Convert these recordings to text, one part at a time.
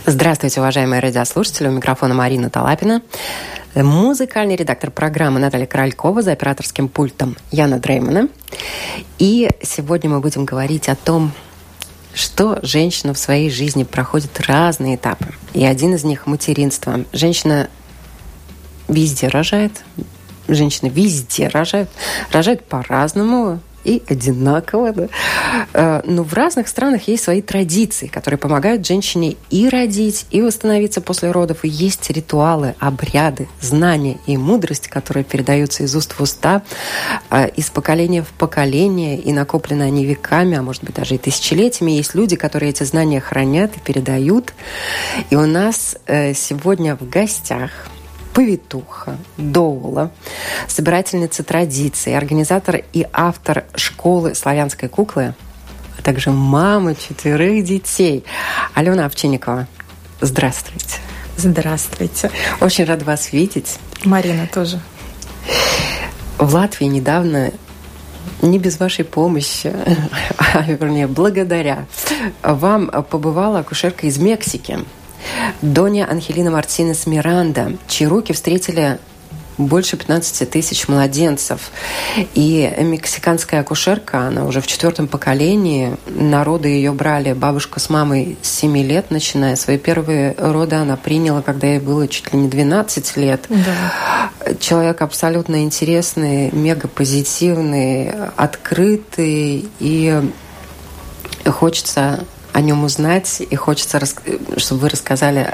Здравствуйте, уважаемые радиослушатели. У микрофона Марина Талапина. Музыкальный редактор программы Наталья Королькова, за операторским пультом Яна Дреймана. И сегодня мы будем говорить о том, что женщина в своей жизни проходит разные этапы. И один из них – материнство. Женщина везде рожает. Женщины везде рожают. Рожают по-разному и одинаково, да? Но в разных странах есть свои традиции, которые помогают женщине и родить, и восстановиться после родов. И есть ритуалы, обряды, знания и мудрость, которые передаются из уст в уста, из поколения в поколение, и накоплены они веками, а может быть даже и тысячелетиями. Есть люди, которые эти знания хранят и передают. И у нас сегодня в гостях повитуха, доула, собирательница традиций, организатор и автор школы славянской куклы, а также мама 4 детей. Алена Овчинникова. Здравствуйте. Здравствуйте. Очень рада вас видеть. Марина тоже. В Латвии недавно, не без вашей помощи, а вернее благодаря вам, побывала акушерка из Мексики, Донья Анхелина Мартинес Миранда, чьи руки встретили больше 15 тысяч младенцев. И мексиканская акушерка, она уже в 4-м поколении. На роды ее брали бабушка с мамой с 7 лет, начиная. Свои первые роды она приняла, когда ей было чуть ли не 12 лет. Да. Человек абсолютно интересный, мегапозитивный, открытый. И хочется о нем узнать, и хочется, чтобы вы рассказали,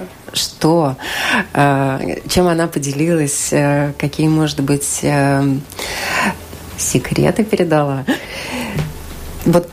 чем она поделилась, какие, может быть, секреты передала. Вот,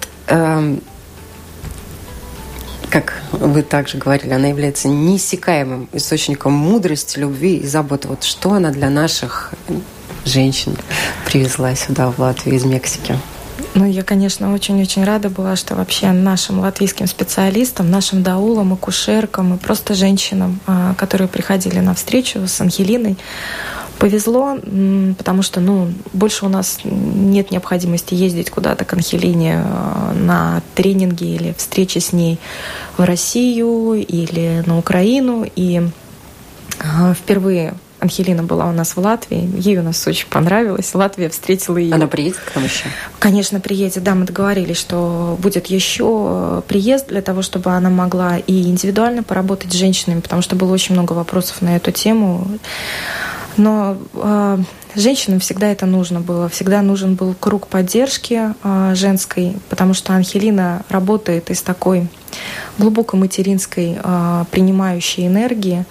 как вы также говорили, она является неиссякаемым источником мудрости, любви и заботы. Вот что она для наших женщин привезла сюда, в Латвию, из Мексики? Ну, я, конечно, очень-очень рада была, что вообще нашим латвийским специалистам, нашим даулам, акушеркам и просто женщинам, которые приходили на встречу с Анхелиной, повезло, потому что, больше у нас нет необходимости ездить куда-то к Анхелине на тренинги или встречи с ней в Россию или на Украину. И впервые Анхелина была у нас в Латвии, ей у нас очень понравилось. Латвия встретила ее. Она приедет к нам еще? Конечно, приедет. Да, мы договорились, что будет еще приезд для того, чтобы она могла и индивидуально поработать с женщинами, потому что было очень много вопросов на эту тему. Но женщинам всегда это нужно было. Всегда нужен был круг поддержки женской, потому что Анхелина работает из такой глубоко материнской принимающей энергии.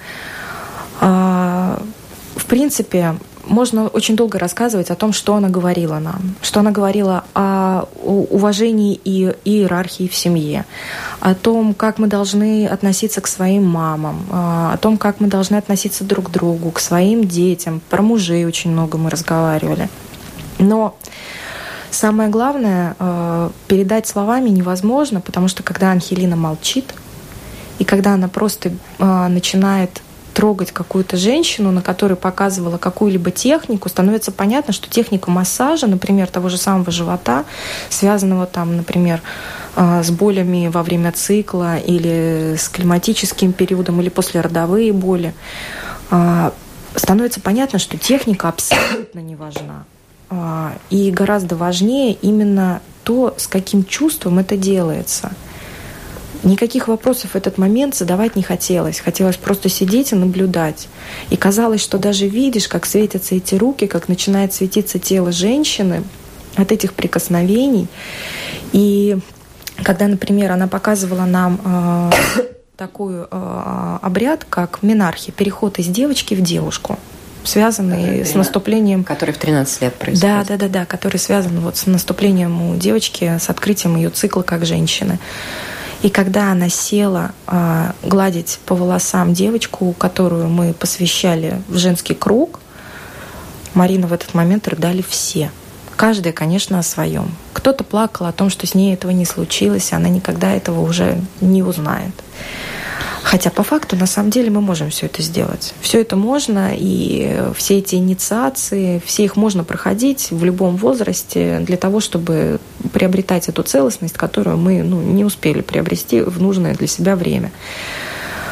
В принципе, можно очень долго рассказывать о том, что она говорила нам, что она говорила о уважении и иерархии в семье, о том, как мы должны относиться к своим мамам, о том, как мы должны относиться друг к другу, к своим детям. Про мужей очень много мы разговаривали. Но самое главное, передать словами невозможно, потому что когда Анхелина молчит, и когда она просто начинает трогать какую-то женщину, на которой показывала какую-либо технику, становится понятно, что техника массажа, например, того же самого живота, связанного там, например, с болями во время цикла или с климатическим периодом или послеродовые боли, становится понятно, что техника абсолютно не важна. И гораздо важнее именно то, с каким чувством это делается. Никаких вопросов в этот момент задавать не хотелось. Хотелось просто сидеть и наблюдать. И казалось, что даже видишь, как светятся эти руки, как начинает светиться тело женщины от этих прикосновений. И когда, например, она показывала нам такой обряд, как менархи, переход из девочки в девушку, связанный с наступлением... Который в 13 лет происходит. Да, который связан вот с наступлением у девочки, с открытием ее цикла как женщины. И когда она села гладить по волосам девочку, которую мы посвящали в женский круг, Марину в этот момент рыдали все. Каждая, конечно, о своем. Кто-то плакал о том, что с ней этого не случилось, и она никогда этого уже не узнает. Хотя по факту, на самом деле, мы можем все это сделать. Все это можно, и все эти инициации, все их можно проходить в любом возрасте для того, чтобы приобретать эту целостность, которую мы не успели приобрести в нужное для себя время.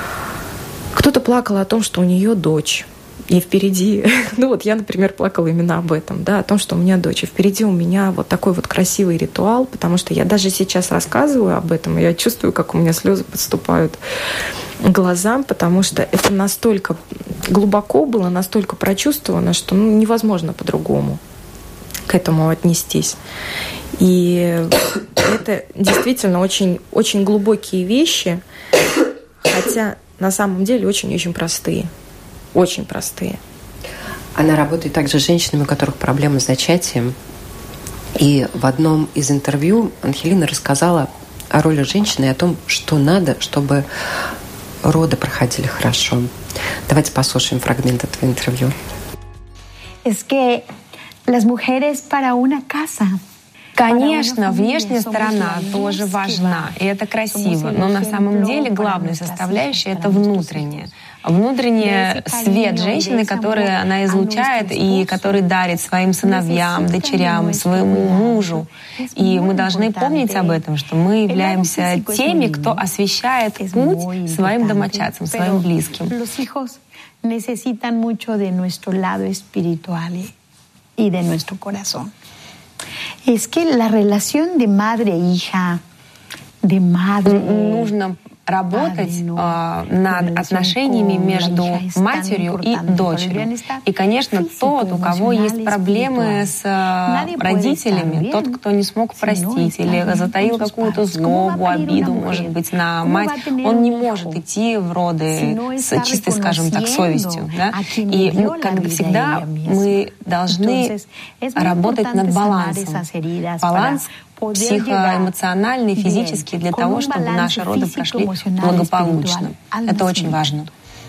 Кто-то плакал о том, что у нее дочь. И впереди, ну вот я, например, плакала именно об этом, да, о том, что у меня дочь. И впереди у меня вот такой вот красивый ритуал, потому что я даже сейчас рассказываю об этом, и я чувствую, как у меня слезы подступают к глазам, потому что это настолько глубоко было, настолько прочувствовано, что невозможно по-другому к этому отнестись. И это действительно очень, очень глубокие вещи, хотя на самом деле очень-очень простые. Очень простые. Она работает также с женщинами, у которых проблемы с зачатием. И в одном из интервью Ангелина рассказала о роли женщины и о том, что надо, чтобы роды проходили хорошо. Давайте послушаем фрагмент этого интервью. Es que las mujeres para una casa. Конечно, внешняя сторона тоже важна, и это красиво, но на самом деле главная составляющая — это внутренняя. Внутренний свет женщины, который она излучает и который дарит своим сыновьям, дочерям, своему мужу. И мы должны помнить об этом, что мы являемся теми, кто освещает путь своим домочадцам, своим близким. Necesitan mucho de nuestro lado espiritual y de nuestro corazón. Es que la relación de madre-hija, de madre... Нужно работать над отношениями между матерью и дочерью. И, конечно, тот, у кого есть проблемы с родителями, тот, кто не смог простить или затаил какую-то злобу, обиду, может быть, на мать, он не может идти в роды с чистой, скажем так, совестью. Да? И как всегда мы должны работать над балансом. Баланс психоэмоциональный, физический, для того, чтобы наши роды прошли благополучно. Это очень важно.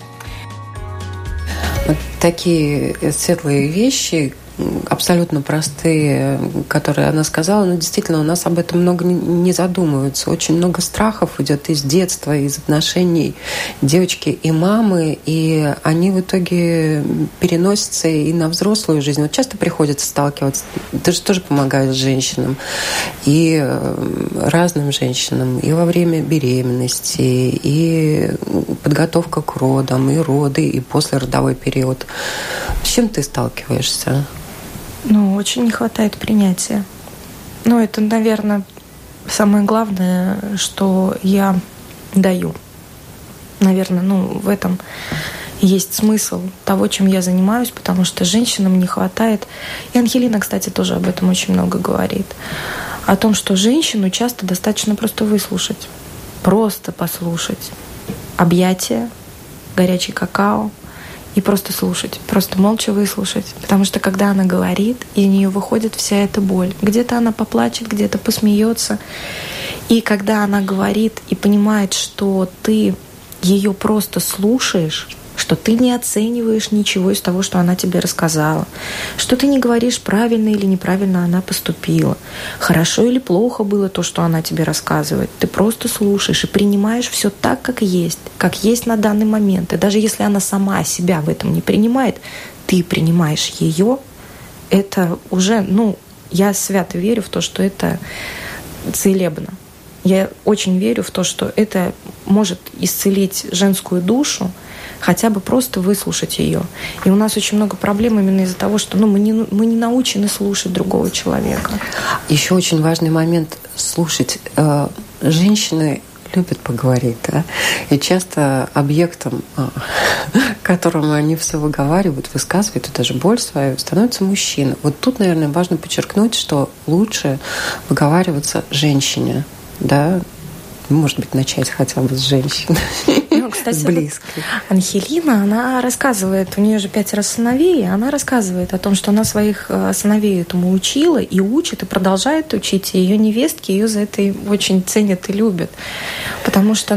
Вот такие светлые вещи, абсолютно простые, которые она сказала, но действительно у нас об этом много не задумываются. Очень много страхов идет из детства, из отношений девочки и мамы, и они в итоге переносятся и на взрослую жизнь. Вот часто приходится сталкиваться, ты же тоже помогаешь женщинам, и разным женщинам, и во время беременности, и подготовка к родам, и роды, и послеродовой период. С чем ты сталкиваешься? Очень не хватает принятия. Это, наверное, самое главное, что я даю. Наверное, в этом есть смысл того, чем я занимаюсь, потому что женщинам не хватает. И Ангелина, кстати, тоже об этом очень много говорит. О том, что женщину часто достаточно просто выслушать. Просто послушать. Объятия, горячий какао. И просто слушать, просто молча выслушать. Потому что когда она говорит, из нее выходит вся эта боль. Где-то она поплачет, где-то посмеется. И когда она говорит и понимает, что ты ее просто слушаешь, что ты не оцениваешь ничего из того, что она тебе рассказала, что ты не говоришь, правильно или неправильно она поступила, хорошо или плохо было то, что она тебе рассказывает. Ты просто слушаешь и принимаешь все так, как есть на данный момент. И даже если она сама себя в этом не принимает, ты принимаешь ее. Это уже, я свято верю в то, что это целебно. Я очень верю в то, что это может исцелить женскую душу, хотя бы просто выслушать ее. И у нас очень много проблем именно из-за того, что мы не научены слушать другого человека. Еще очень важный момент — слушать. Женщины любят поговорить, да? И часто объектом, которому они все выговаривают, высказывают, и даже боль свою, становится мужчина. Вот тут, наверное, важно подчеркнуть, что лучше выговариваться женщине, да? Может быть, начать хотя бы с женщины. Кстати, с близкой. Ангелина, она рассказывает, у нее же 5 сыновей, и она рассказывает о том, что она своих сыновей этому учила и учит, и продолжает учить. И ее невестки ее за это очень ценят и любят. Потому что,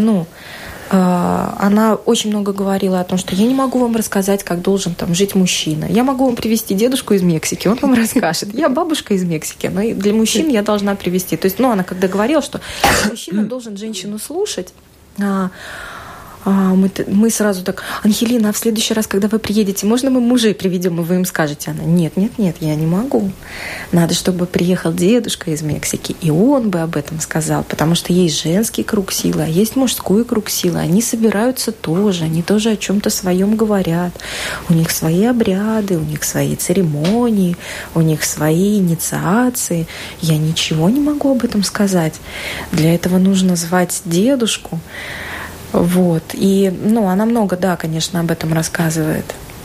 она очень много говорила о том, что я не могу вам рассказать, как должен жить мужчина. Я могу вам привезти дедушку из Мексики, он вам расскажет. Я бабушка из Мексики, но для мужчин я должна привезти. То есть, она когда говорила, что мужчина должен женщину слушать, Мы сразу так: Ангелина, а в следующий раз, когда вы приедете, можно мы мужей приведем, и вы им скажете? Она: нет, я не могу. Надо, чтобы приехал дедушка из Мексики, и он бы об этом сказал, потому что есть женский круг силы, а есть мужской круг силы. Они собираются тоже, они тоже о чем-то своем говорят. У них свои обряды, у них свои церемонии, у них свои инициации. Я ничего не могу об этом сказать. Для этого нужно звать дедушку. Вот. И, она много, да, конечно, об этом рассказывает.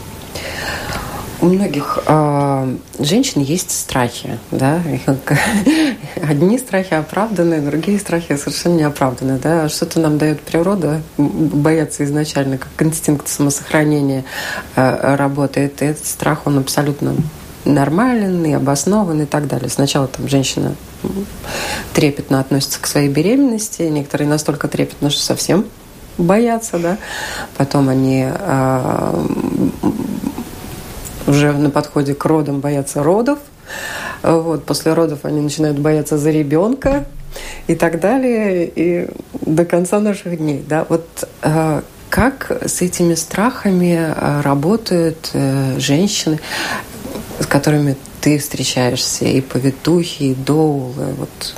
У многих женщин есть страхи, да? Одни страхи оправданные, другие страхи совершенно неоправданные, да? Что-то нам дает природа, бояться изначально, как инстинкт самосохранения работает. И этот страх, он абсолютно нормален и обоснован и так далее. Сначала там женщина трепетно относится к своей беременности, некоторые настолько трепетно, что совсем боятся, да. Потом они уже на подходе к родам боятся родов. Вот. После родов они начинают бояться за ребенка и так далее, и до конца наших дней, да. Вот как с этими страхами работают женщины, с которыми ты встречаешься, и повитухи, и доулы, вот?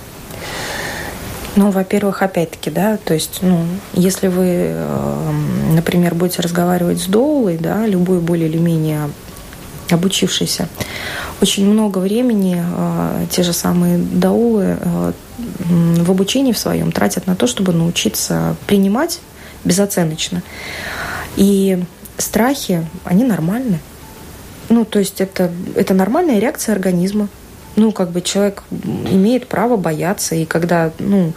Во-первых, опять-таки, да, то есть, если вы, например, будете разговаривать с доулой, да, любой более или менее обучившийся, очень много времени те же самые даулы в обучении в своем тратят на то, чтобы научиться принимать безоценочно. И страхи, они нормальны. То есть это нормальная реакция организма. Человек имеет право бояться. И когда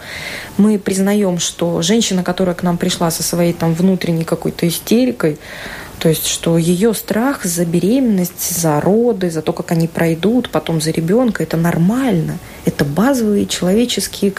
мы признаем, что женщина, которая к нам пришла со своей там внутренней какой-то истерикой, то есть что ее страх за беременность, за роды, за то, как они пройдут, потом за ребенка, это нормально. Это базовые человеческие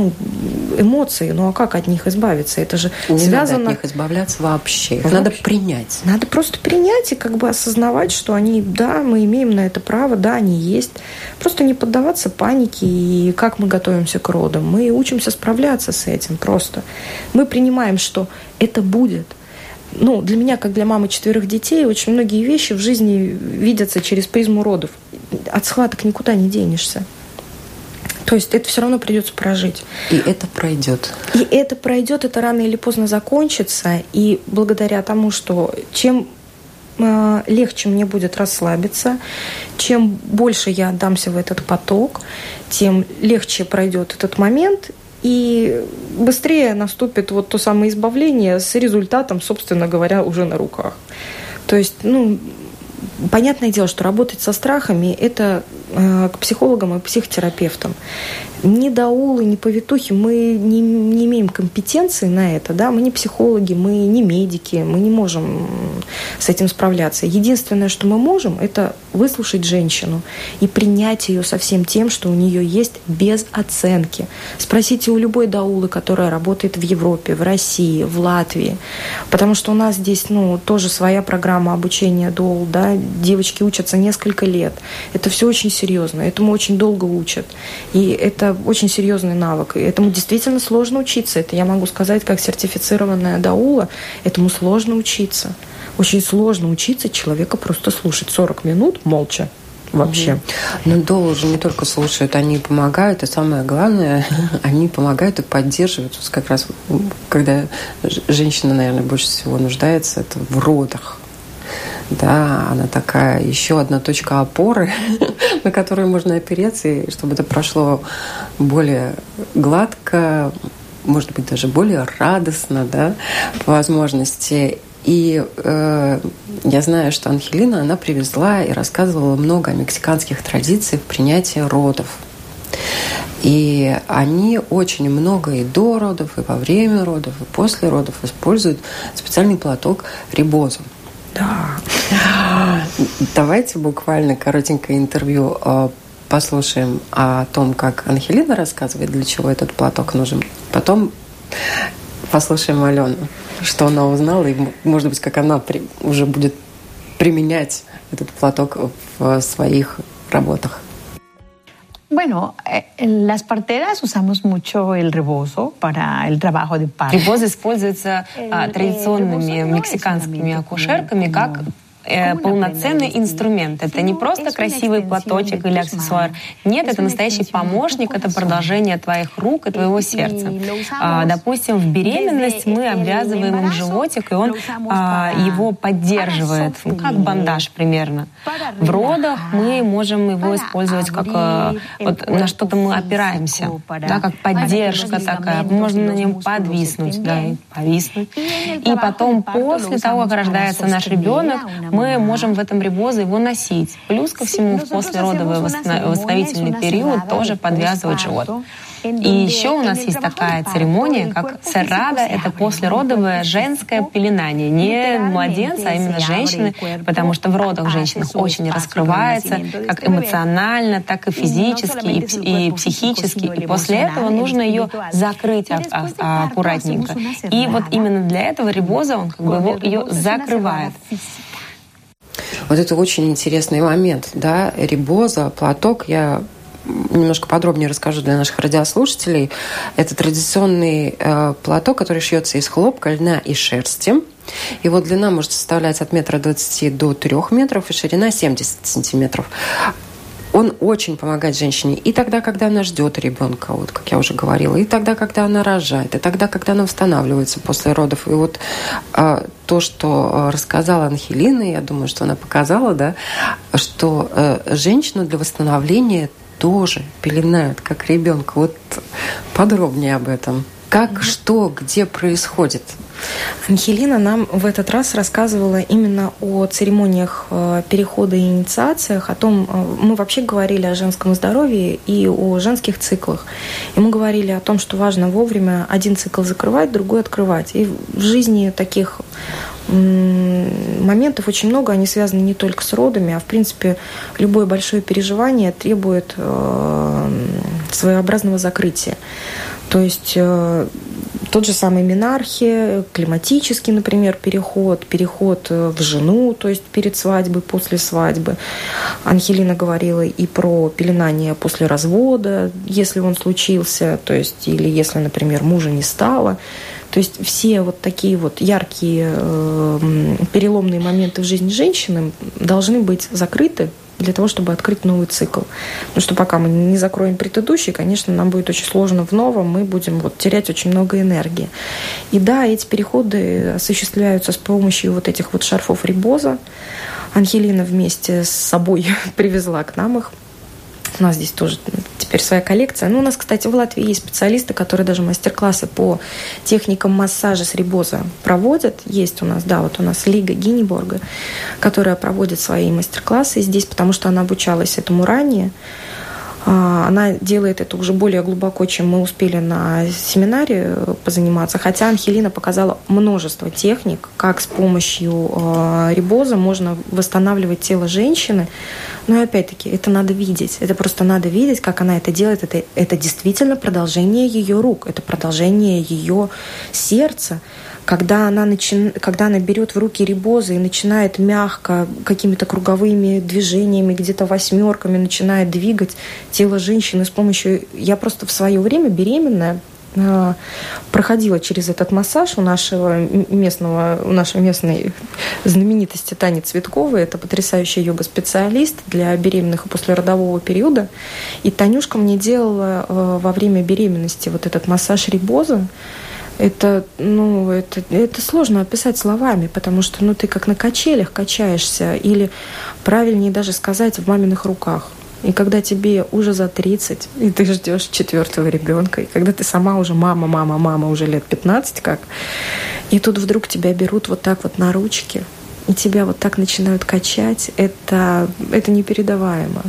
эмоции. А как от них избавиться? Это же не связано... надо от них избавляться вообще. Их надо принять. Надо просто принять и осознавать, что они, да, мы имеем на это право, да, они есть. Просто не поддаваться панике. И как мы готовимся к родам? Мы учимся справляться с этим просто. Мы принимаем, что это будет. Для меня, как для мамы 4 детей, очень многие вещи в жизни видятся через призму родов. От схваток никуда не денешься. То есть это все равно придется прожить. И это пройдет. И это пройдет, это рано или поздно закончится. И благодаря тому, что чем легче мне будет расслабиться, чем больше я отдамся в этот поток, тем легче пройдет этот момент, и быстрее наступит то самое избавление с результатом, собственно говоря, уже на руках. То есть, понятное дело, что работать со страхами – это к психологам и психотерапевтам. Ни даулы, ни повитухи, мы не имеем компетенции на это, да? Мы не психологи, мы не медики, мы не можем с этим справляться. Единственное, что мы можем, это выслушать женщину и принять ее со всем тем, что у нее есть, без оценки. Спросите у любой даулы, которая работает в Европе, в России, в Латвии, потому что у нас здесь тоже своя программа обучения даул, да? Девочки учатся несколько лет. Это все очень серьезно, этому очень долго учат. И это очень серьезный навык. И этому действительно сложно учиться. Это я могу сказать, как сертифицированная даула, этому сложно учиться. Очень сложно учиться человека просто слушать 40 минут молча. Вообще. Но даулы же не только слушают, они помогают, и самое главное, они помогают и поддерживают. Как раз, когда женщина, наверное, больше всего нуждается, это в родах. Да, она такая еще одна точка опоры, на которую можно опереться, и чтобы это прошло более гладко, может быть, даже более радостно, да, по возможности. И я знаю, что Ангелина, она привезла и рассказывала много о мексиканских традициях принятия родов. И они очень много и до родов, и во время родов, и после родов используют специальный платок ребозу. Да. Давайте буквально коротенькое интервью послушаем о том, как Ангелина рассказывает, для чего этот платок нужен. Потом послушаем Алену, что она узнала, и, может быть, как она уже будет применять этот платок в своих работах. Bueno, las parteras usamos mucho el rebozo para el trabajo de parto. Ребоза используется традиционными мексиканскими акушерками как полноценный инструмент. Это не просто красивый платочек или аксессуар. Нет, это настоящий помощник, это продолжение твоих рук и твоего сердца. Допустим, в беременность мы обвязываем им животик, и он его поддерживает, как бандаж примерно. В родах мы можем его использовать как вот на что-то мы опираемся, да, как поддержка такая. Можно на нем подвиснуть, да, и повиснуть. И потом, после того, как рождается наш ребенок, мы можем в этом ребозе его носить. Плюс ко всему в послеродовый восстановительный период тоже подвязывать живот. И еще у нас есть такая церемония, как церрада, это послеродовое женское пеленание. Не младенца, а именно женщины, потому что в родах женщина очень раскрывается, как эмоционально, так и физически, и психически. И после этого нужно ее закрыть аккуратненько. И вот именно для этого ребоза он как бы ее закрывает. Вот это очень интересный момент, да, ребоза, платок. Я немножко подробнее расскажу для наших радиослушателей. Это традиционный платок, который шьется из хлопка, льна и шерсти. Его длина может составлять от 1,20 м до 3 метров и ширина 70 сантиметров. Он очень помогает женщине и тогда, когда она ждет ребенка, вот как я уже говорила, и тогда, когда она рожает, и тогда, когда она восстанавливается после родов. И вот то, что рассказала Ангелина, я думаю, что она показала, да, что женщину для восстановления тоже пеленают, как ребенка. Вот подробнее об этом. Как, что, где происходит? Ангелина нам в этот раз рассказывала именно о церемониях перехода и инициациях, о том, мы вообще говорили о женском здоровье и о женских циклах. И мы говорили о том, что важно вовремя один цикл закрывать, другой открывать. И в жизни таких моментов очень много, они связаны не только с родами, а в принципе любое большое переживание требует своеобразного закрытия. То есть тот же самый менархия, климатический, например, переход в жену, то есть перед свадьбой, после свадьбы. Ангелина говорила и про пеленание после развода, если он случился, то есть или если, например, мужа не стало. То есть все вот такие вот яркие переломные моменты в жизни женщины должны быть закрыты для того, чтобы открыть новый цикл. Потому что пока мы не закроем предыдущий, конечно, нам будет очень сложно в новом, мы будем вот терять очень много энергии. И да, эти переходы осуществляются с помощью вот этих вот шарфов ребоза. Ангелина вместе с собой привезла к нам их. У нас здесь тоже теперь своя коллекция. Ну, у нас, кстати, в Латвии есть специалисты, которые даже мастер-классы по техникам массажа с ребоза проводят. Есть у нас, да, вот у нас Лига Гинеборга, которая проводит свои мастер-классы здесь, потому что она обучалась этому ранее. Она делает это уже более глубоко, чем мы успели на семинаре позаниматься. Хотя Ангелина показала множество техник, как с помощью ребоза можно восстанавливать тело женщины. Но опять-таки, это надо видеть. Это просто надо видеть, как она это делает. Это действительно продолжение ее рук, это продолжение ее сердца. Когда она берет в руки ребоза и начинает мягко какими-то круговыми движениями, где-то восьмерками начинает двигать тело женщины с помощью... Я просто в свое время беременная проходила через этот массаж у нашей местной знаменитости Тани Цветковой. Это потрясающий йога-специалист для беременных и послеродового периода. И Танюшка мне делала во время беременности вот этот массаж ребоза. Это сложно описать словами, потому что ты как на качелях качаешься, или правильнее даже сказать, в маминых руках. И когда тебе уже за 30, и ты ждешь 4-го ребенка, и когда ты сама уже мама уже лет 15 как, и тут вдруг тебя берут вот так вот на ручки, и тебя вот так начинают качать, это непередаваемо.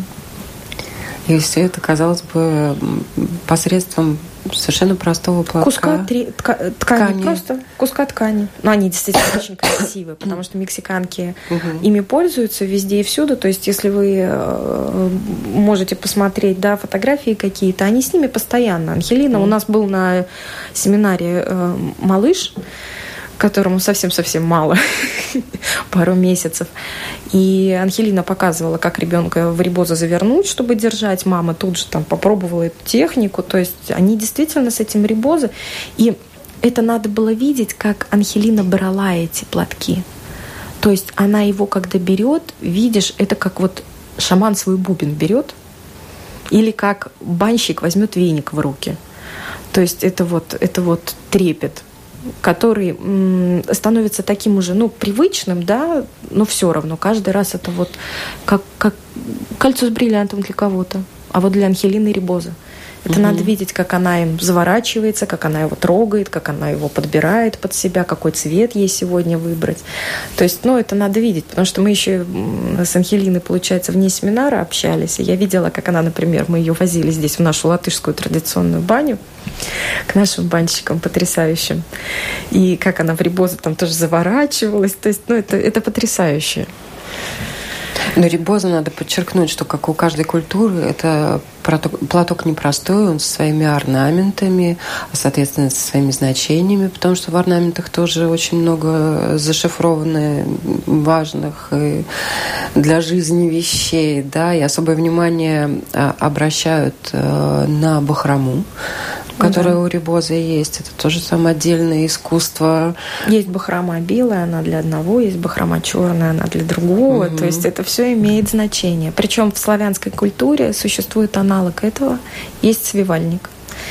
И все это, казалось бы, посредством совершенно простого платка. Куска ткани. Просто куска ткани. Но они действительно очень красивые, потому что мексиканки ими пользуются везде и всюду. То есть, если вы можете посмотреть, да, фотографии какие-то, они с ними постоянно. Ангелина, у нас был на семинаре малыш, которому совсем-совсем мало, пару месяцев. И Ангелина показывала, как ребенка в рибозу завернуть, чтобы держать. Мама тут же там попробовала эту технику. То есть они действительно с этим рибозой. И это надо было видеть, как Ангелина брала эти платки. То есть она его, когда берет, видишь, это как вот шаман свой бубен берет, или как банщик возьмет веник в руки. То есть это вот трепет, который становится таким уже, привычным, да, но все равно каждый раз это вот как кольцо с бриллиантом для кого-то, а вот для Ангелины рибоза. Это надо видеть, как она им заворачивается, как она его трогает, как она его подбирает под себя, какой цвет ей сегодня выбрать. То есть, это надо видеть, потому что мы еще с Ангелиной, получается, вне семинара общались, и я видела, как она, например, мы ее возили здесь, в нашу латышскую традиционную баню, к нашим банщикам потрясающим, и как она в рибозу там тоже заворачивалась. То есть, это потрясающе. Но рибоза, надо подчеркнуть, что, как у каждой культуры, это платок непростой, он со своими орнаментами, соответственно, со своими значениями, потому что в орнаментах тоже очень много зашифровано важных для жизни вещей, да, и особое внимание обращают на бахрому, которая у рибоза есть. Это тоже самое отдельное искусство. Есть бахрома белая, она для одного, есть бахрома черная, она для другого. То есть это все имеет значение. Причем в славянской культуре существует аналог этого. Есть свивальник.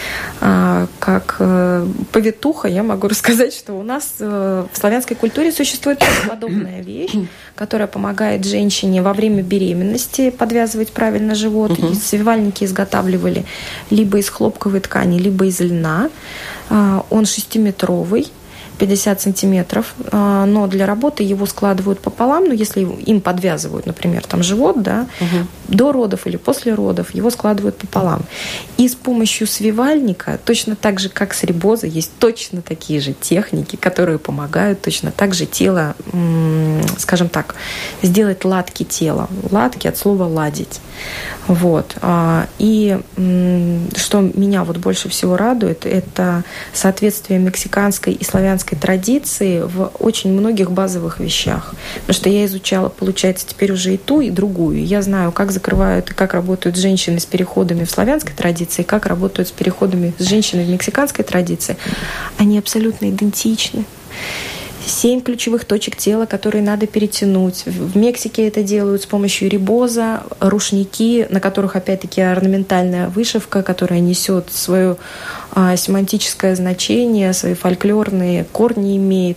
Как повитуха я могу рассказать, что у нас в славянской культуре существует подобная вещь, которая помогает женщине во время беременности подвязывать правильно живот. И свивальники изготавливали либо из хлопковой ткани, либо из льна. Он 6-метровый, 50 сантиметров, но для работы его складывают пополам, если им подвязывают, например, там живот, да, до родов или после родов, его складывают пополам. И с помощью свивальника, точно так же, как с рибозой, есть точно такие же техники, которые помогают точно так же тело, скажем так, сделать ладки тела. Ладки от слова «ладить». Вот. И что меня вот больше всего радует, это соответствие мексиканской и славянской традиции в очень многих базовых вещах. Потому что я изучала, получается, теперь уже и ту, и другую. Я знаю, как закрывают и как работают женщины с переходами в славянской традиции, как работают с переходами с женщинами в мексиканской традиции. Они абсолютно идентичны. 7 ключевых точек тела, которые надо перетянуть. В Мексике это делают с помощью рибоза, рушники, на которых, опять-таки, орнаментальная вышивка, которая несет свое семантическое значение, свои фольклорные корни имеет.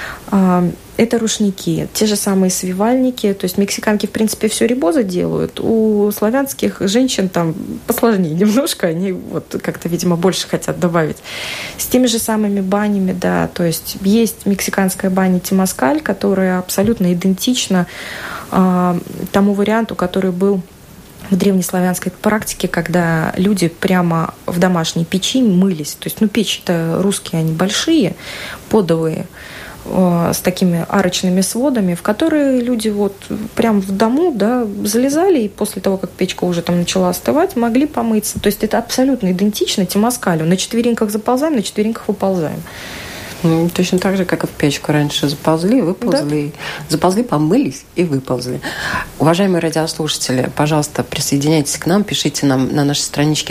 Это рушники, те же самые свивальники. То есть мексиканки, в принципе, все рибоза делают. У славянских женщин там посложнее немножко. Они вот как-то, видимо, больше хотят добавить. С теми же самыми банями, да. То есть есть мексиканская баня Темаскаль, которая абсолютно идентична тому варианту, который был в древнеславянской практике, когда люди прямо в домашней печи мылись. То есть, печи-то русские, они большие, подовые, с такими арочными сводами, в которые люди вот прямо в дому, да, залезали, и после того, как печка уже там начала остывать, могли помыться. То есть это абсолютно идентично темаскалю. На четвереньках заползаем, на четвереньках выползаем. Точно так же, как и в печку раньше. Заползли, выползли, да. Заползли, помылись и выползли. Уважаемые радиослушатели, пожалуйста, присоединяйтесь к нам, пишите нам на нашей страничке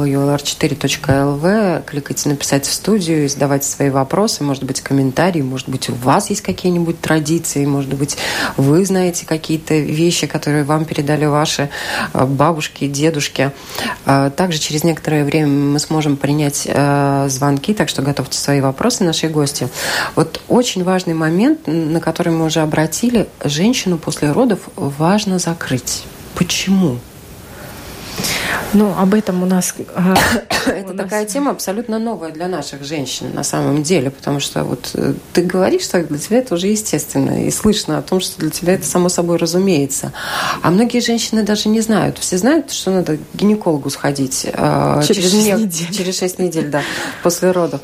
www.lr4.lv, кликайте «Написать в студию» и задавайте свои вопросы, может быть, комментарии, может быть, у вас есть какие-нибудь традиции, может быть, вы знаете какие-то вещи, которые вам передали ваши бабушки, дедушки. Также через некоторое время мы сможем принять звонки, так что готовьте свои вопросы нашей гости. Вот очень важный момент, на который мы уже обратили, женщину после родов важно закрыть. Почему? Об этом у нас... Это такая тема абсолютно новая для наших женщин на самом деле, потому что вот ты говоришь, что для тебя это уже естественно, и слышно о том, что для тебя это само собой разумеется. А многие женщины даже не знают. Все знают, что надо к гинекологу сходить через 6 недель, да, после родов.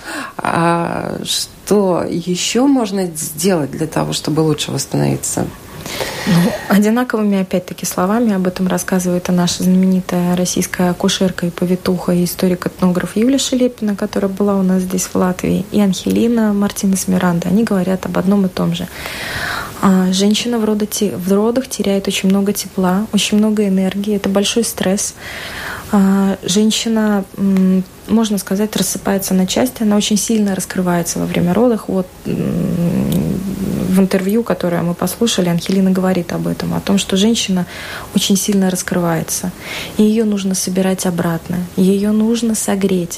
А что еще можно сделать для того, чтобы лучше восстановиться? Одинаковыми, опять-таки, словами об этом рассказывает и наша знаменитая российская акушерка и повитуха, и историк-этнограф Юлия Шелепина, которая была у нас здесь в Латвии, и Анхелина Мартинес Миранда. Они говорят об одном и том же. Женщина в родах теряет очень много тепла, очень много энергии. Это большой стресс. Женщина, можно сказать, рассыпается на части. Она очень сильно раскрывается во время родов. Вот в интервью, которое мы послушали, Анхелина говорит об этом, о том, что женщина очень сильно раскрывается. И ее нужно собирать обратно, ее нужно согреть,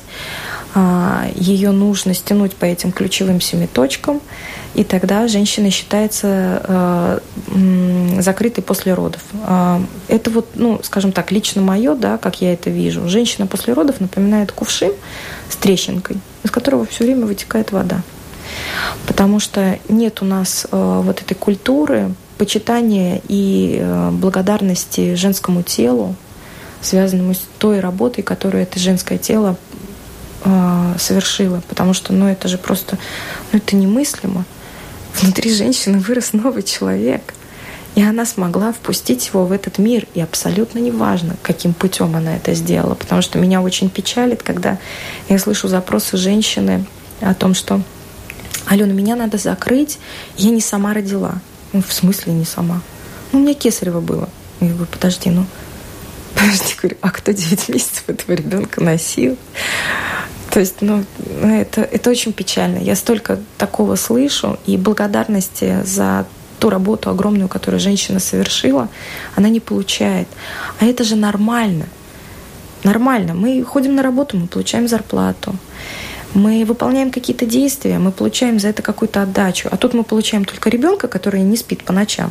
ее нужно стянуть по этим ключевым 7 точкам, и тогда женщина считается закрытой после родов. Это вот, скажем так, лично мое, да, как я это вижу. Женщина после родов напоминает кувшин с трещинкой, из которого все время вытекает вода. Потому что нет у нас вот этой культуры почитания и благодарности женскому телу, связанному с той работой, которую это женское тело совершило. Потому что, это же просто, это немыслимо. Внутри женщины вырос новый человек, и она смогла впустить его в этот мир. И абсолютно неважно, каким путем она это сделала. Потому что меня очень печалит, когда я слышу запросы женщины о том, что «Алена, меня надо закрыть, я не сама родила». В смысле не сама? У меня кесарево было. Я говорю, подожди, говорю, а кто 9 месяцев этого ребенка носил? То есть, это очень печально. Я столько такого слышу, и благодарности за ту работу огромную, которую женщина совершила, она не получает. А это же нормально. Нормально. Мы ходим на работу, мы получаем зарплату. Мы выполняем какие-то действия, мы получаем за это какую-то отдачу. А тут мы получаем только ребенка, который не спит по ночам.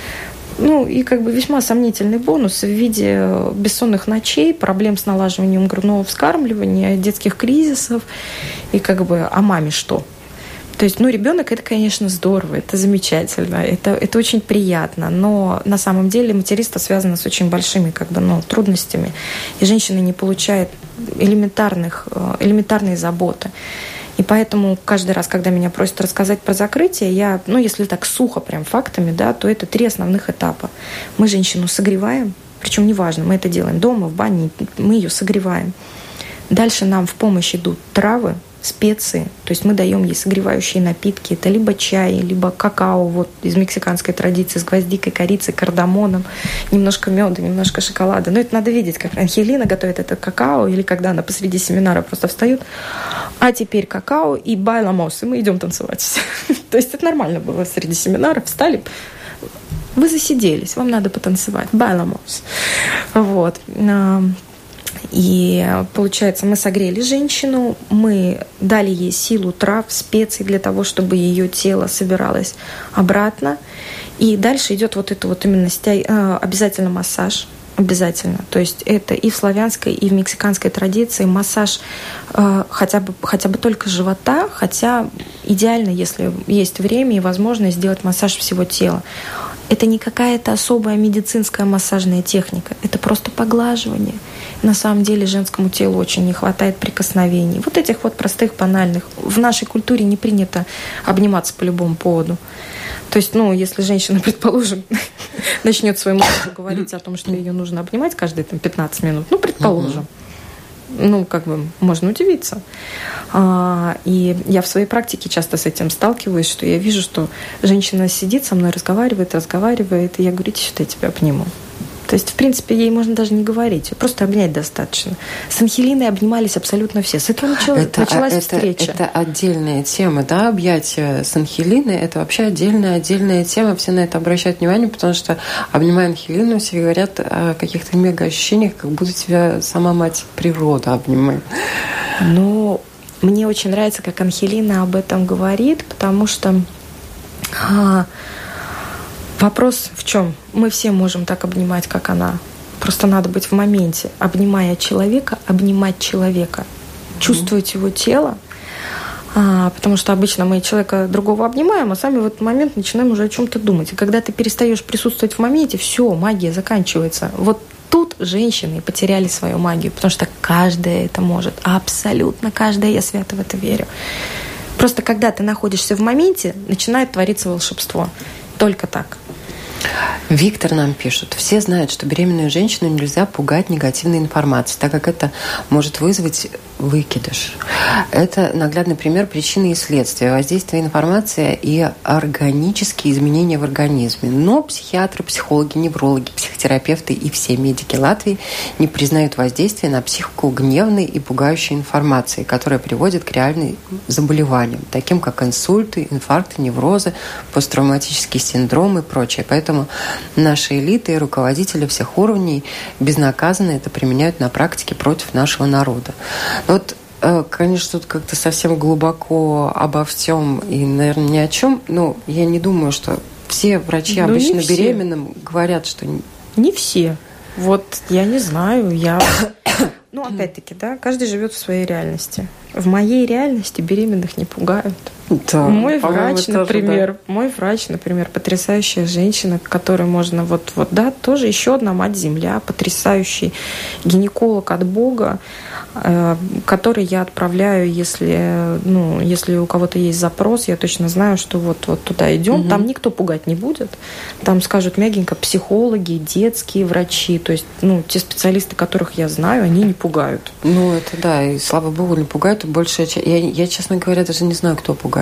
И весьма сомнительный бонус в виде бессонных ночей, проблем с налаживанием грудного вскармливания, детских кризисов. И а маме что? То есть, ребенок — это, конечно, здорово, это замечательно, это очень приятно, но на самом деле материнство связано с очень большими трудностями, и женщина не получает элементарные заботы. И поэтому каждый раз, когда меня просят рассказать про закрытие, я, если так сухо прям фактами, да, то это 3 основных этапа. Мы женщину согреваем, причем неважно, мы это делаем дома, в бане, мы ее согреваем. Дальше нам в помощь идут травы, специи, то есть мы даем ей согревающие напитки, это либо чай, либо какао, вот из мексиканской традиции, с гвоздикой, корицей, кардамоном, немножко меда, немножко шоколада. Это надо видеть, как Анхелина готовит это какао, или когда она посреди семинара просто встает, а теперь какао и байламос, и мы идем танцевать. То есть это нормально было среди семинара, встали, вы засиделись, вам надо потанцевать, байламос. Вот. И получается, мы согрели женщину, мы дали ей силу трав, специй для того, чтобы ее тело собиралось обратно. И дальше идет именно обязательно массаж. Обязательно. То есть это и в славянской, и в мексиканской традиции массаж хотя бы только живота, хотя идеально, если есть время и возможность, сделать массаж всего тела. Это не какая-то особая медицинская массажная техника, это просто поглаживание. На самом деле женскому телу очень не хватает прикосновений. Вот этих простых, банальных. В нашей культуре не принято обниматься по любому поводу. То есть, если женщина, предположим, начнет своему мужу говорить о том, что ее нужно обнимать каждые 15 минут, предположим, можно удивиться. И я в своей практике часто с этим сталкиваюсь, что я вижу, что женщина сидит со мной, разговаривает, и я говорю, иди сюда, я тебя обниму. То есть, в принципе, ей можно даже не говорить, просто обнять достаточно. С Анхелиной обнимались абсолютно все. С этого началась встреча. Это отдельная тема, да, объятия с Анхелиной, это вообще отдельная тема, все на это обращают внимание, потому что, обнимая Анхелину, все говорят о каких-то мега-ощущениях, как будто тебя сама мать природа обнимает. Мне очень нравится, как Анхелина об этом говорит, потому что вопрос в чем? Мы все можем так обнимать, как она. Просто надо быть в моменте. Обнимая человека, обнимать человека. Чувствовать его тело. Потому что обычно мы человека другого обнимаем, а сами в этот момент начинаем уже о чем-то думать. И когда ты перестаешь присутствовать в моменте, все, магия заканчивается. Вот тут женщины потеряли свою магию, потому что каждая это может. Абсолютно каждая, я свято в это верю. Просто когда ты находишься в моменте, начинает твориться волшебство. Только так. Виктор нам пишет. Все знают, что беременную женщину нельзя пугать негативной информацией, так как это может вызвать выкидыш. Это наглядный пример причины и следствия, воздействия информации и органические изменения в организме. Но психиатры, психологи, неврологи, психотерапевты и все медики Латвии не признают воздействия на психику гневной и пугающей информации, которая приводит к реальным заболеваниям, таким как инсульты, инфаркты, неврозы, посттравматические синдромы и прочее. Поэтому наши элиты и руководители всех уровней безнаказанно это применяют на практике против нашего народа. Вот, конечно, тут как-то совсем глубоко обо всем и, наверное, ни о чем. Но я не думаю, что все врачи обычно беременным говорят, что... Не все. Вот я не знаю, Ну, опять-таки, да, каждый живет в своей реальности. В моей реальности беременных не пугают. Да, мой врач, например, потрясающая женщина, которой можно тоже еще одна мать Земля, потрясающий гинеколог от Бога, который я отправляю, если у кого-то есть запрос, я точно знаю, что вот туда идем, там никто пугать не будет, там скажут мягенько психологи, детские врачи, то есть, те специалисты, которых я знаю, они не пугают. Это да, и слава богу, не пугают, больше, я, честно говоря, даже не знаю, кто пугает.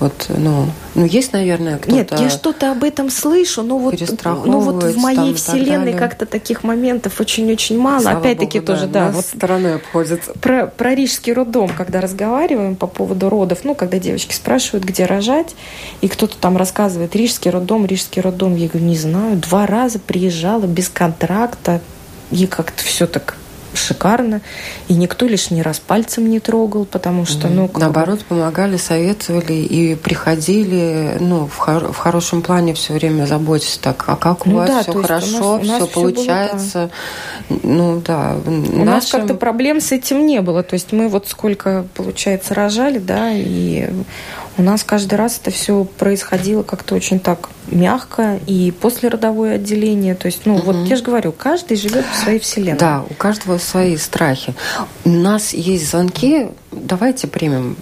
Есть, наверное, кто-то... Нет, я что-то об этом слышу, но вот в моей вселенной как-то таких моментов очень-очень мало. Слава Опять-таки Богу, тоже, да, стороной обходит. Про Рижский роддом, когда разговариваем по поводу родов, когда девочки спрашивают, где рожать, и кто-то там рассказывает, Рижский роддом, я говорю, не знаю, 2 раза приезжала без контракта, и как-то все так шикарно, и никто лишний раз пальцем не трогал, потому что, наоборот, помогали, советовали и приходили, в хорошем плане все время заботиться так, а как у вас все хорошо, все получается. У нас как-то проблем с этим не было, то есть мы сколько, получается, рожали, да, и у нас каждый раз это все происходило как-то очень так мягко, и послеродовое отделение. То есть, я же говорю, каждый живет в своей вселенной. Да, у каждого свои страхи. У нас есть звонки. Давайте примем.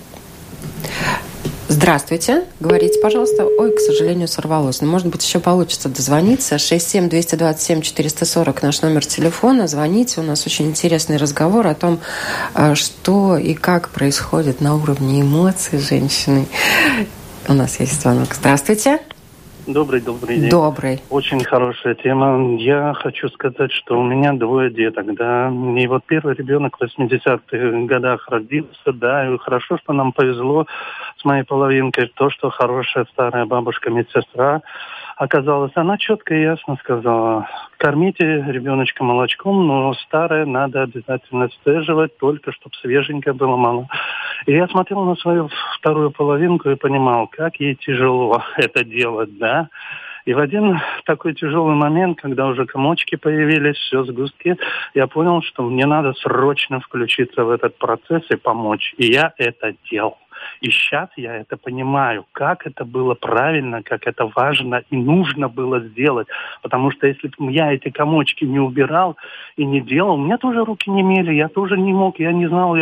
Здравствуйте. Говорите, пожалуйста. Ой, к сожалению, сорвалось. Но, может быть, еще получится дозвониться. 67-227-440 наш номер телефона. Звоните. У нас очень интересный разговор о том, что и как происходит на уровне эмоций женщины. У нас есть звонок. Здравствуйте. Добрый день. Добрый. Очень хорошая тема. Я хочу сказать, что у меня 2 деток, да. И первый ребенок в 80-х годах родился, да, и хорошо, что нам повезло с моей половинкой, то, что хорошая старая бабушка-медсестра оказалась. Она четко и ясно сказала, кормите ребеночка молочком, но старое надо обязательно сцеживать, только чтобы свеженькое было мало. И я смотрел на свою вторую половинку и понимал, как ей тяжело это делать, да. И в один такой тяжелый момент, когда уже комочки появились, все сгустки, я понял, что мне надо срочно включиться в этот процесс и помочь. И я это делал. И сейчас я это понимаю, как это было правильно, как это важно и нужно было сделать. Потому что если бы я эти комочки не убирал и не делал, у меня тоже руки не мели, я тоже не мог, я не знал,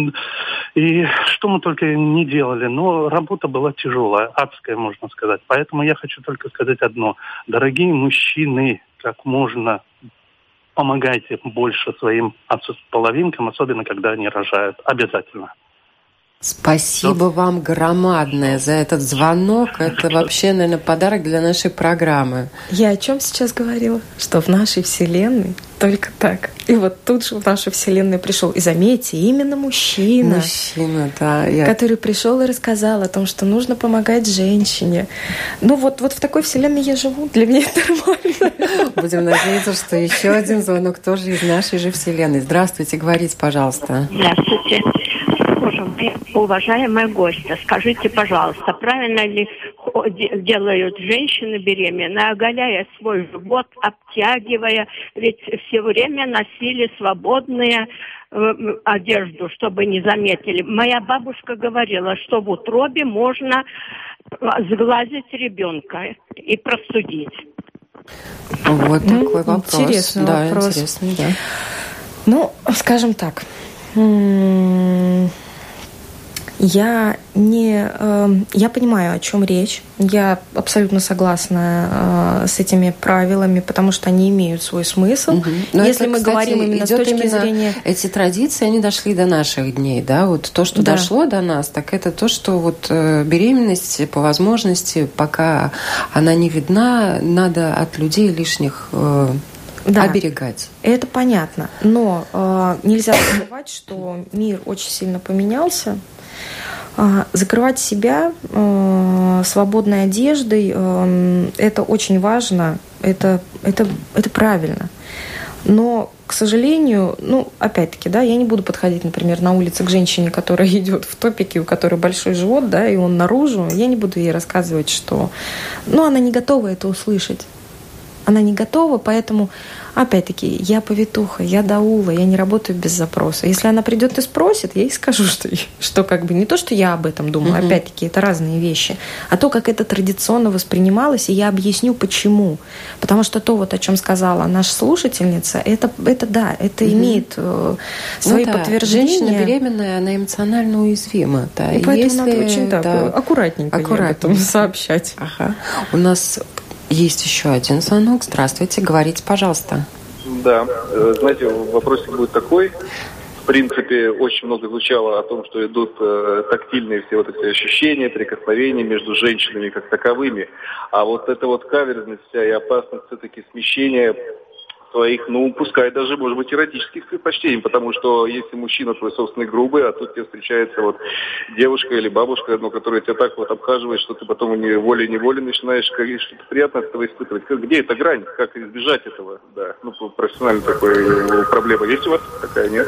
и что мы только не делали. Но работа была тяжелая, адская, можно сказать. Поэтому я хочу только сказать одно. Дорогие мужчины, как можно помогайте больше своим половинкам, особенно когда они рожают. Обязательно. Спасибо вам громадное за этот звонок. Это вообще, наверное, подарок для нашей программы. Я о чем сейчас говорила? Что в нашей вселенной только так. И тут же в нашу вселенную пришел. И заметьте, именно мужчина. Мужчина, да. Который пришел и рассказал о том, что нужно помогать женщине. В такой вселенной я живу. Для меня это нормально. Будем надеяться, что еще один звонок тоже из нашей же вселенной. Здравствуйте, говорите, пожалуйста. Здравствуйте. Уважаемая гостья, скажите, пожалуйста, правильно ли делают женщины беременные, оголяя свой живот, обтягивая, ведь все время носили свободную одежду, чтобы не заметили. Моя бабушка говорила, что в утробе можно сглазить ребенка и простудить. Вот такой вопрос. Интересный вопрос. Интересный, да. Скажем так. Я понимаю, о чем речь. Я абсолютно согласна с этими правилами, потому что они имеют свой смысл. Но если это, мы кстати, говорим именно с точки зрения... Эти традиции, они дошли до наших дней, да? Вот то, что дошло до нас, так это то, что вот беременность по возможности, пока она не видна, надо от людей лишних... оберегать. Это понятно. Но нельзя забывать, что мир очень сильно поменялся. Закрывать себя свободной одеждой это очень важно, это правильно. Но, к сожалению, опять-таки, я не буду подходить, например, на улице к женщине, которая идет в топике, у которой большой живот, и он наружу. Я не буду ей рассказывать, что... она не готова это услышать. Она не готова, поэтому, опять-таки, я повитуха, я даула, я не работаю без запроса. Если она придет и спросит, я ей скажу, что как бы не то, что я об этом думаю, опять-таки, это разные вещи, а то, как это традиционно воспринималось, и я объясню, почему. Потому что то, о чем сказала наша слушательница, это имеет свои подтверждения. Женщина беременная, она эмоционально уязвима. Да. И поэтому надо очень аккуратненько об этом сообщать. Ага. У нас... Есть еще один звонок. Здравствуйте, говорите, пожалуйста. Да, знаете, вопросик будет такой. В принципе, очень много звучало о том, что идут тактильные все вот эти ощущения, прикосновения между женщинами как таковыми. А вот эта вот каверзность вся и опасность все-таки смещения своих, пускай даже, может быть, эротических предпочтений, потому что если мужчина твой собственный грубый, а тут тебе встречается девушка или бабушка, которая тебя так обхаживает, что ты потом волей-неволей начинаешь что-то приятное от этого испытывать. Где эта грань? Как избежать этого? Да, профессионально такой проблема. Есть у вас такая, нет?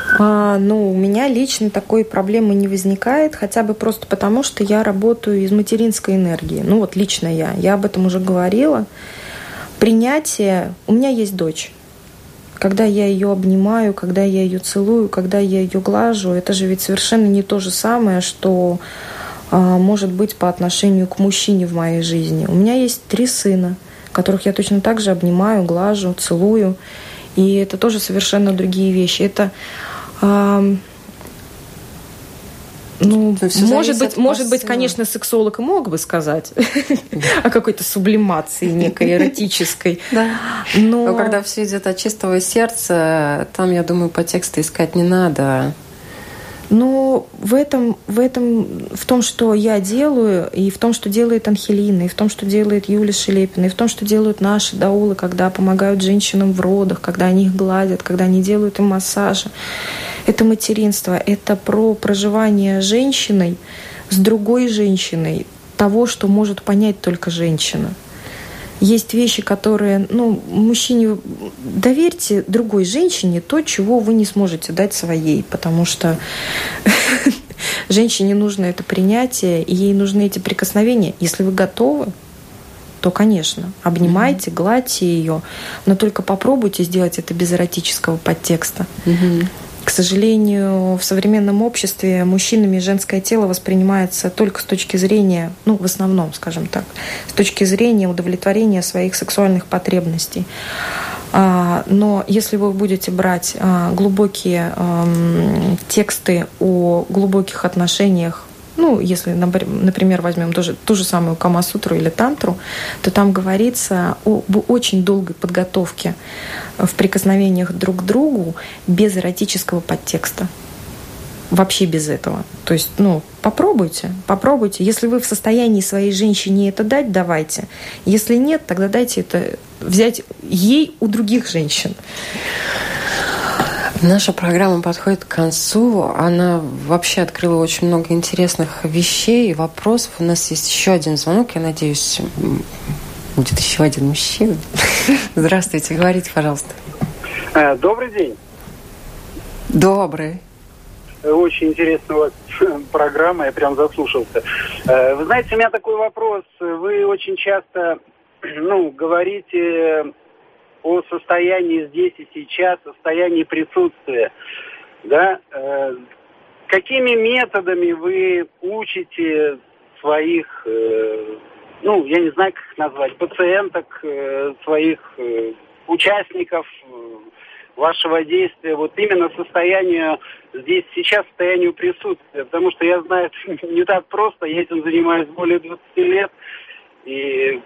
У меня лично такой проблемы не возникает, хотя бы просто потому, что я работаю из материнской энергии. Лично я об этом уже говорила. Принятие. У меня есть дочь. Когда я ее обнимаю, когда я ее целую, когда я ее глажу, это же ведь совершенно не то же самое, что может быть по отношению к мужчине в моей жизни. У меня есть 3 сына, которых я точно так же обнимаю, глажу, целую. И это тоже совершенно другие вещи. Это... может быть, конечно, сексолог и мог бы сказать о какой-то сублимации некой эротической. Но когда все идет от чистого сердца, там, я думаю, подтекста искать не надо. В том, что я делаю, и в том, что делает Анхелина, и в том, что делает Юлия Шелепина, и в том, что делают наши даулы, когда помогают женщинам в родах, когда они их гладят, когда они делают им массажи. Это материнство, это про проживание женщиной с другой женщиной, того, что может понять только женщина. Есть вещи, которые, мужчине, доверьте другой женщине то, чего вы не сможете дать своей, потому что женщине нужно это принятие, и ей нужны эти прикосновения. Если вы готовы, то, конечно, обнимайте, гладьте ее, но только попробуйте сделать это без эротического подтекста. К сожалению, в современном обществе мужчинами женское тело воспринимается только с точки зрения, в основном, скажем так, с точки зрения удовлетворения своих сексуальных потребностей. Но если вы будете брать глубокие тексты о глубоких отношениях, если, например, возьмем ту же самую Камасутру или Тантру, то там говорится об очень долгой подготовке в прикосновениях друг к другу без эротического подтекста. Вообще без этого. То есть, попробуйте. Если вы в состоянии своей женщине это дать, давайте. Если нет, тогда дайте это взять ей у других женщин. Наша программа подходит к концу. Она вообще открыла очень много интересных вещей и вопросов. У нас есть еще один звонок. Я надеюсь, будет еще один мужчина. Здравствуйте, говорите, пожалуйста. Добрый день. Добрый. Очень интересная у вас программа, я прям заслушался. Вы знаете, у меня такой вопрос. Вы очень часто, говорите о состоянии здесь и сейчас, состоянии присутствия, да? Какими методами вы учите своих, я не знаю, как их назвать, пациенток, своих участников вашего действия вот именно состоянию здесь сейчас, состоянию присутствия. Потому что я знаю, это не так просто, я этим занимаюсь более 20 лет, и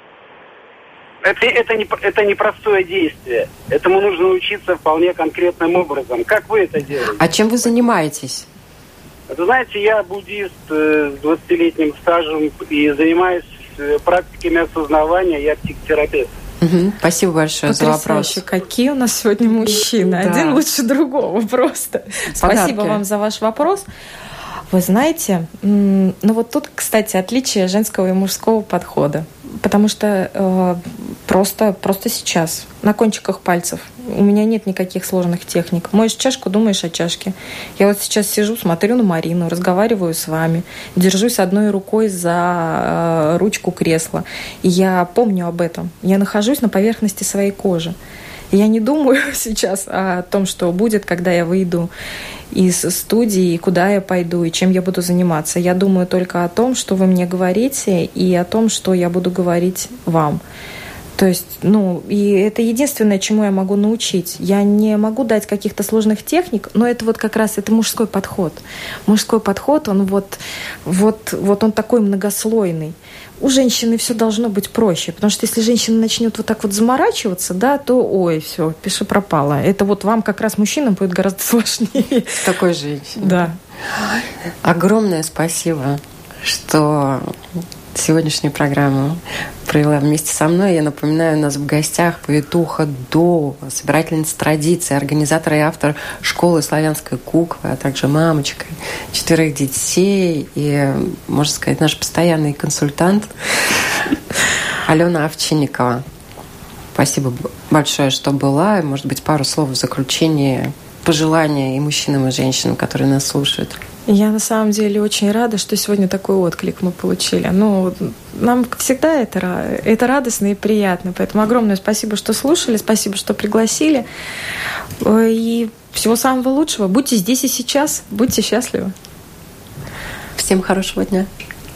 это непростое действие. Этому нужно учиться вполне конкретным образом. Как вы это делаете? А чем вы занимаетесь? Вы знаете, я буддист с 20-летним стажем и занимаюсь практиками осознавания, я психотерапевт. Спасибо большое за вопрос. Какие у нас сегодня мужчины. Да. Один лучше другого просто. Подарки. Спасибо вам за ваш вопрос. Вы знаете, ну вот тут, кстати, отличие женского и мужского подхода. Потому что просто сейчас, на кончиках пальцев, у меня нет никаких сложных техник. Моешь чашку, думаешь о чашке. Я вот сейчас сижу, смотрю на Марину, разговариваю с вами, держусь одной рукой за ручку кресла. И я помню об этом. Я нахожусь на поверхности своей кожи. Я не думаю сейчас о том, что будет, когда я выйду из студии, куда я пойду и чем я буду заниматься. Я думаю только о том, что вы мне говорите, и о том, что я буду говорить вам. То есть, и это единственное, чему я могу научить. Я не могу дать каких-то сложных техник, но это вот как раз это мужской подход. Мужской подход, он вот он такой многослойный. У женщины все должно быть проще, потому что если женщина начнет вот так вот заморачиваться, да, то все, пиши пропало. Это вот вам как раз мужчинам будет гораздо сложнее. С такой женщиной. Да. Огромное спасибо, что сегодняшнюю программу провела вместе со мной. Я напоминаю, у нас в гостях повитуха До, собирательница традиций, организатор и автор школы славянской куклы, а также мамочка 4 детей и, можно сказать, наш постоянный консультант Алена Овчинникова. Спасибо большое, что была. И, может быть, пару слов в заключение, пожелания и мужчинам, и женщинам, которые нас слушают. Я на самом деле очень рада, что сегодня такой отклик мы получили. Нам всегда это радостно и приятно. Поэтому огромное спасибо, что слушали, спасибо, что пригласили. И всего самого лучшего. Будьте здесь и сейчас, будьте счастливы. Всем хорошего дня.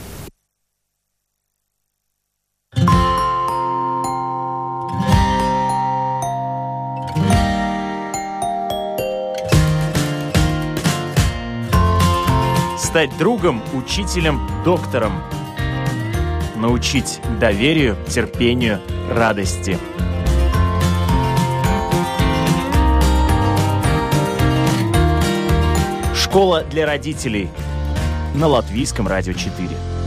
Стать другом, учителем, доктором. Научить доверию, терпению, радости. Школа для родителей на Латвийском радио 4.